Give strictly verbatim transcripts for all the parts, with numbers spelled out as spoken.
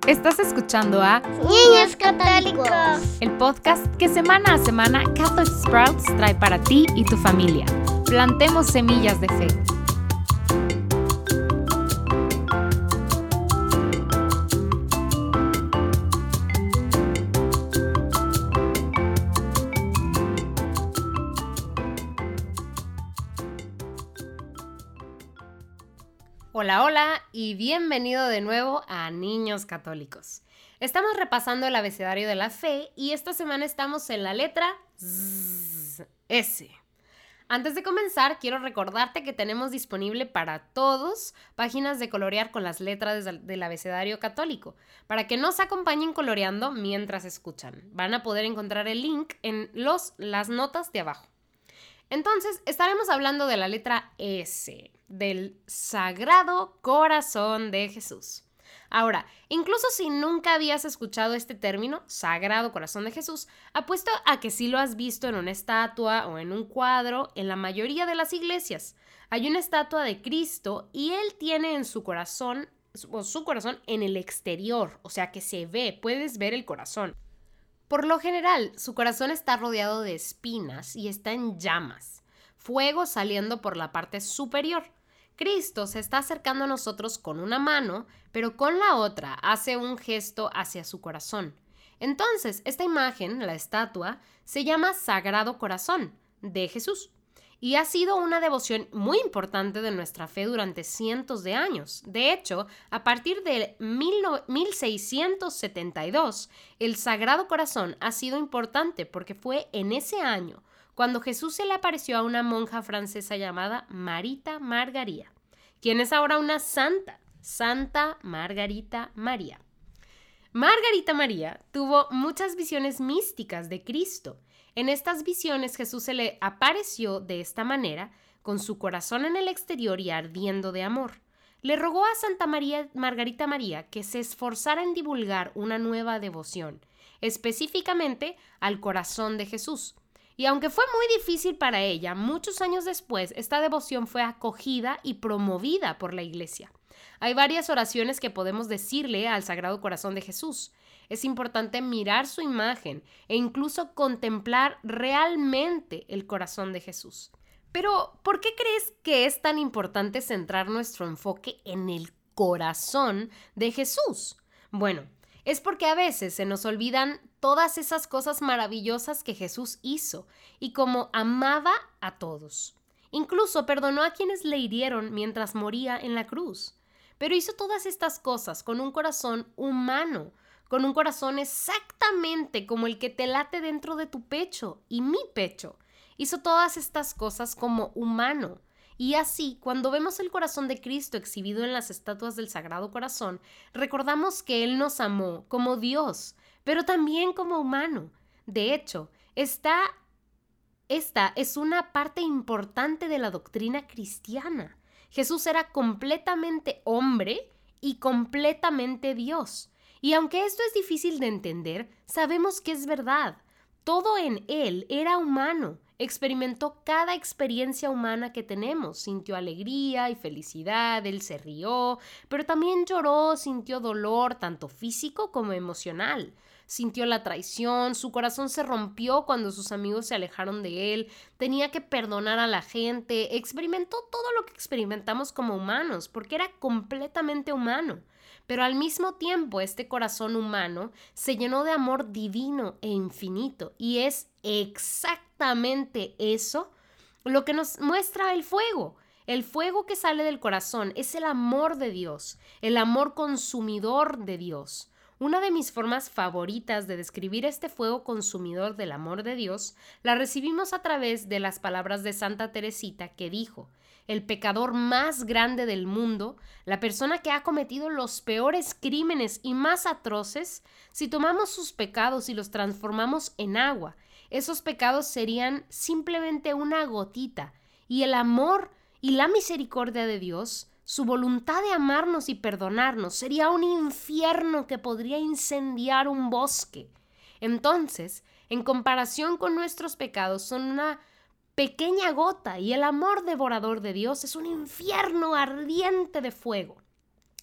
Estás escuchando a Niños Católicos, el podcast que semana a semana Catholic Sprouts trae para ti y tu familia. Plantemos semillas de fe. Hola, hola y bienvenido de nuevo a Niños Católicos. Estamos repasando el abecedario de la fe y esta semana estamos en la letra S. Antes de comenzar, quiero recordarte que tenemos disponible para todos páginas de colorear con las letras del abecedario católico, para que nos acompañen coloreando mientras escuchan. Van a poder encontrar el link en los, las notas de abajo. Entonces, estaremos hablando de la letra S, del Sagrado Corazón de Jesús. Ahora, incluso si nunca habías escuchado este término, Sagrado Corazón de Jesús, apuesto a que sí lo has visto en una estatua o en un cuadro en la mayoría de las iglesias. Hay una estatua de Cristo y Él tiene en su corazón, o su corazón en el exterior, o sea que se ve, puedes ver el corazón. Por lo general, su corazón está rodeado de espinas y está en llamas, fuego saliendo por la parte superior. Cristo se está acercando a nosotros con una mano, pero con la otra hace un gesto hacia su corazón. Entonces, esta imagen, la estatua, se llama Sagrado Corazón de Jesús y ha sido una devoción muy importante de nuestra fe durante cientos de años. De hecho, a partir de mil seiscientos setenta y dos, el Sagrado Corazón ha sido importante porque fue en ese año cuando Jesús se le apareció a una monja francesa llamada Marita Margaria, quien es ahora una santa, Santa Margarita María. Margarita María tuvo muchas visiones místicas de Cristo. En estas visiones Jesús se le apareció de esta manera, con su corazón en el exterior y ardiendo de amor. Le rogó a Santa María, Margarita María que se esforzara en divulgar una nueva devoción, específicamente al corazón de Jesús. Y aunque fue muy difícil para ella, muchos años después, esta devoción fue acogida y promovida por la Iglesia. Hay varias oraciones que podemos decirle al Sagrado Corazón de Jesús. Es importante mirar su imagen e incluso contemplar realmente el corazón de Jesús. Pero, ¿por qué crees que es tan importante centrar nuestro enfoque en el corazón de Jesús? Bueno, es porque a veces se nos olvidan todas esas cosas maravillosas que Jesús hizo y cómo amaba a todos. Incluso perdonó a quienes le hirieron mientras moría en la cruz. Pero hizo todas estas cosas con un corazón humano, con un corazón exactamente como el que te late dentro de tu pecho y mi pecho. Hizo todas estas cosas como humano. Y así, cuando vemos el corazón de Cristo exhibido en las estatuas del Sagrado Corazón, recordamos que Él nos amó como Dios, pero también como humano. De hecho, esta, esta es una parte importante de la doctrina cristiana. Jesús era completamente hombre y completamente Dios. Y aunque esto es difícil de entender, sabemos que es verdad. Todo en Él era humano. Experimentó cada experiencia humana que tenemos. Sintió alegría y felicidad, Él se rió, pero también lloró, sintió dolor, tanto físico como emocional. Sintió la traición, su corazón se rompió cuando sus amigos se alejaron de Él, tenía que perdonar a la gente, experimentó todo lo que experimentamos como humanos, porque era completamente humano. Pero al mismo tiempo, este corazón humano se llenó de amor divino e infinito, y es exactamente eso lo que nos muestra el fuego. El fuego que sale del corazón es el amor de Dios, el amor consumidor de Dios. Una de mis formas favoritas de describir este fuego consumidor del amor de Dios la recibimos a través de las palabras de Santa Teresita, que dijo: el pecador más grande del mundo, la persona que ha cometido los peores crímenes y más atroces, si tomamos sus pecados y los transformamos en agua, esos pecados serían simplemente una gotita, y el amor y la misericordia de Dios, su voluntad de amarnos y perdonarnos, sería un infierno que podría incendiar un bosque. Entonces, en comparación con nuestros pecados, son una pequeña gota, y el amor devorador de Dios es un infierno ardiente de fuego.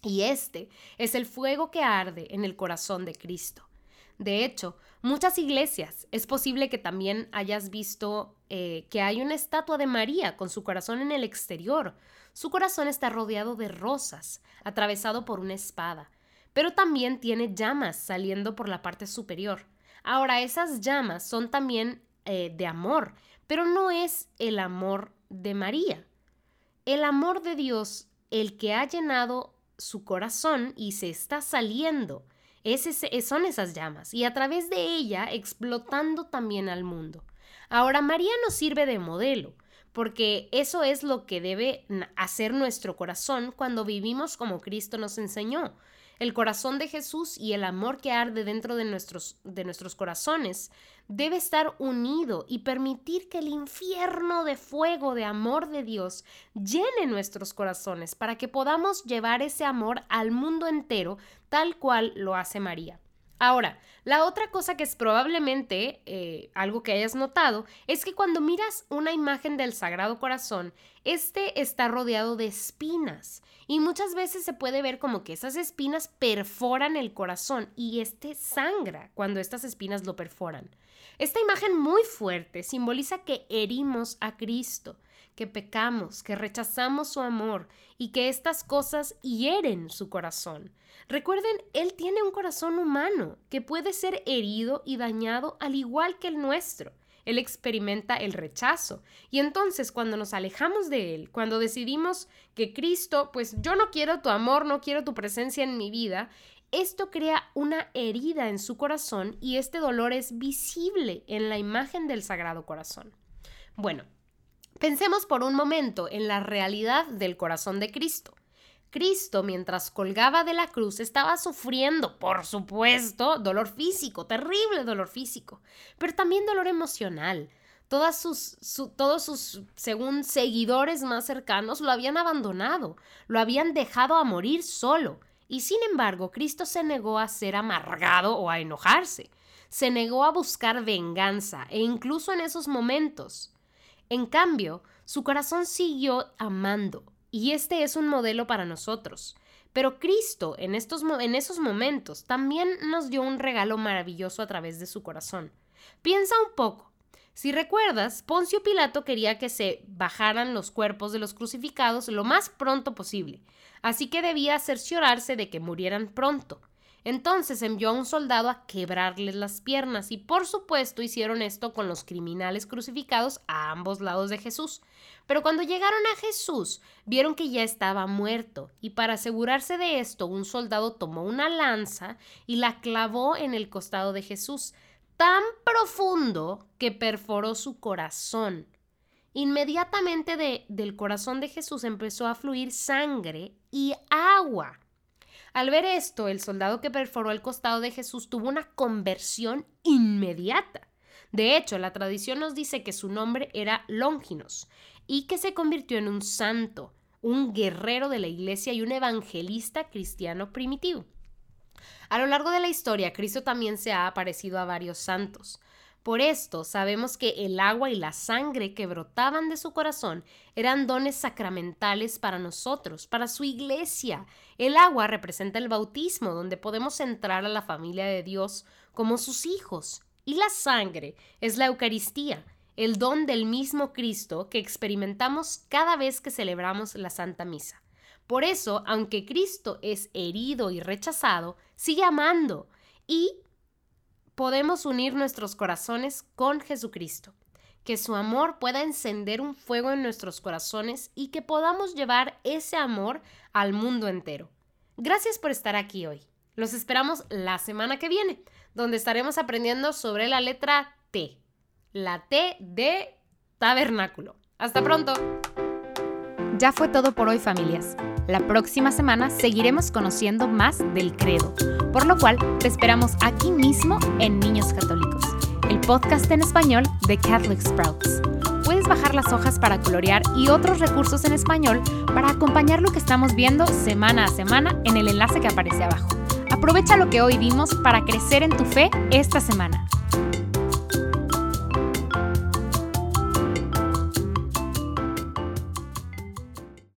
Y este es el fuego que arde en el corazón de Cristo. De hecho, muchas iglesias, es posible que también hayas visto eh, que hay una estatua de María con su corazón en el exterior. Su corazón está rodeado de rosas, atravesado por una espada, pero también tiene llamas saliendo por la parte superior. Ahora, esas llamas son también eh, de amor, pero no es el amor de María. El amor de Dios, el que ha llenado su corazón y se está saliendo, es ese, son esas llamas, y a través de ella explotando también al mundo. Ahora, María nos sirve de modelo, porque eso es lo que debe hacer nuestro corazón cuando vivimos como Cristo nos enseñó. El corazón de Jesús y el amor que arde dentro de nuestros, de nuestros corazones debe estar unido y permitir que el infierno de fuego de amor de Dios llene nuestros corazones para que podamos llevar ese amor al mundo entero tal cual lo hace María. Ahora, la otra cosa que es probablemente eh, algo que hayas notado es que cuando miras una imagen del Sagrado Corazón, este está rodeado de espinas y muchas veces se puede ver como que esas espinas perforan el corazón y este sangra cuando estas espinas lo perforan. Esta imagen muy fuerte simboliza que herimos a Cristo, que pecamos, que rechazamos su amor y que estas cosas hieren su corazón. Recuerden, Él tiene un corazón humano que puede ser herido y dañado al igual que el nuestro. Él experimenta el rechazo y entonces cuando nos alejamos de Él, cuando decidimos que Cristo, pues yo no quiero tu amor, no quiero tu presencia en mi vida, esto crea una herida en su corazón y este dolor es visible en la imagen del Sagrado Corazón. Bueno, pensemos por un momento en la realidad del corazón de Cristo. Cristo, mientras colgaba de la cruz, estaba sufriendo, por supuesto, dolor físico, terrible dolor físico, pero también dolor emocional. Todas sus, su, todos sus, según seguidores más cercanos, lo habían abandonado, lo habían dejado a morir solo. Y sin embargo, Cristo se negó a ser amargado o a enojarse. Se negó a buscar venganza e incluso en esos momentos. En cambio, su corazón siguió amando. Y este es un modelo para nosotros. Pero Cristo, en, estos, en esos momentos, también nos dio un regalo maravilloso a través de su corazón. Piensa un poco. Si recuerdas, Poncio Pilato quería que se bajaran los cuerpos de los crucificados lo más pronto posible, así que debía cerciorarse de que murieran pronto. Entonces envió a un soldado a quebrarles las piernas y por supuesto hicieron esto con los criminales crucificados a ambos lados de Jesús. Pero cuando llegaron a Jesús, vieron que ya estaba muerto y para asegurarse de esto, un soldado tomó una lanza y la clavó en el costado de Jesús, tan profundo que perforó su corazón. Inmediatamente de, del corazón de Jesús empezó a fluir sangre y agua. Al ver esto, el soldado que perforó el costado de Jesús tuvo una conversión inmediata. De hecho, la tradición nos dice que su nombre era Longinos y que se convirtió en un santo, un guerrero de la iglesia y un evangelista cristiano primitivo. A lo largo de la historia, Cristo también se ha aparecido a varios santos. Por esto, sabemos que el agua y la sangre que brotaban de su corazón eran dones sacramentales para nosotros, para su iglesia. El agua representa el bautismo, donde podemos entrar a la familia de Dios como sus hijos. Y la sangre es la Eucaristía, el don del mismo Cristo que experimentamos cada vez que celebramos la Santa Misa. Por eso, aunque Cristo es herido y rechazado, sigue amando y podemos unir nuestros corazones con Jesucristo. Que su amor pueda encender un fuego en nuestros corazones y que podamos llevar ese amor al mundo entero. Gracias por estar aquí hoy. Los esperamos la semana que viene, donde estaremos aprendiendo sobre la letra T. La T de tabernáculo. ¡Hasta pronto! Ya fue todo por hoy, familias. La próxima semana seguiremos conociendo más del credo, por lo cual te esperamos aquí mismo en Niños Católicos, el podcast en español de Catholic Sprouts. Puedes bajar las hojas para colorear y otros recursos en español para acompañar lo que estamos viendo semana a semana en el enlace que aparece abajo. Aprovecha lo que hoy vimos para crecer en tu fe esta semana.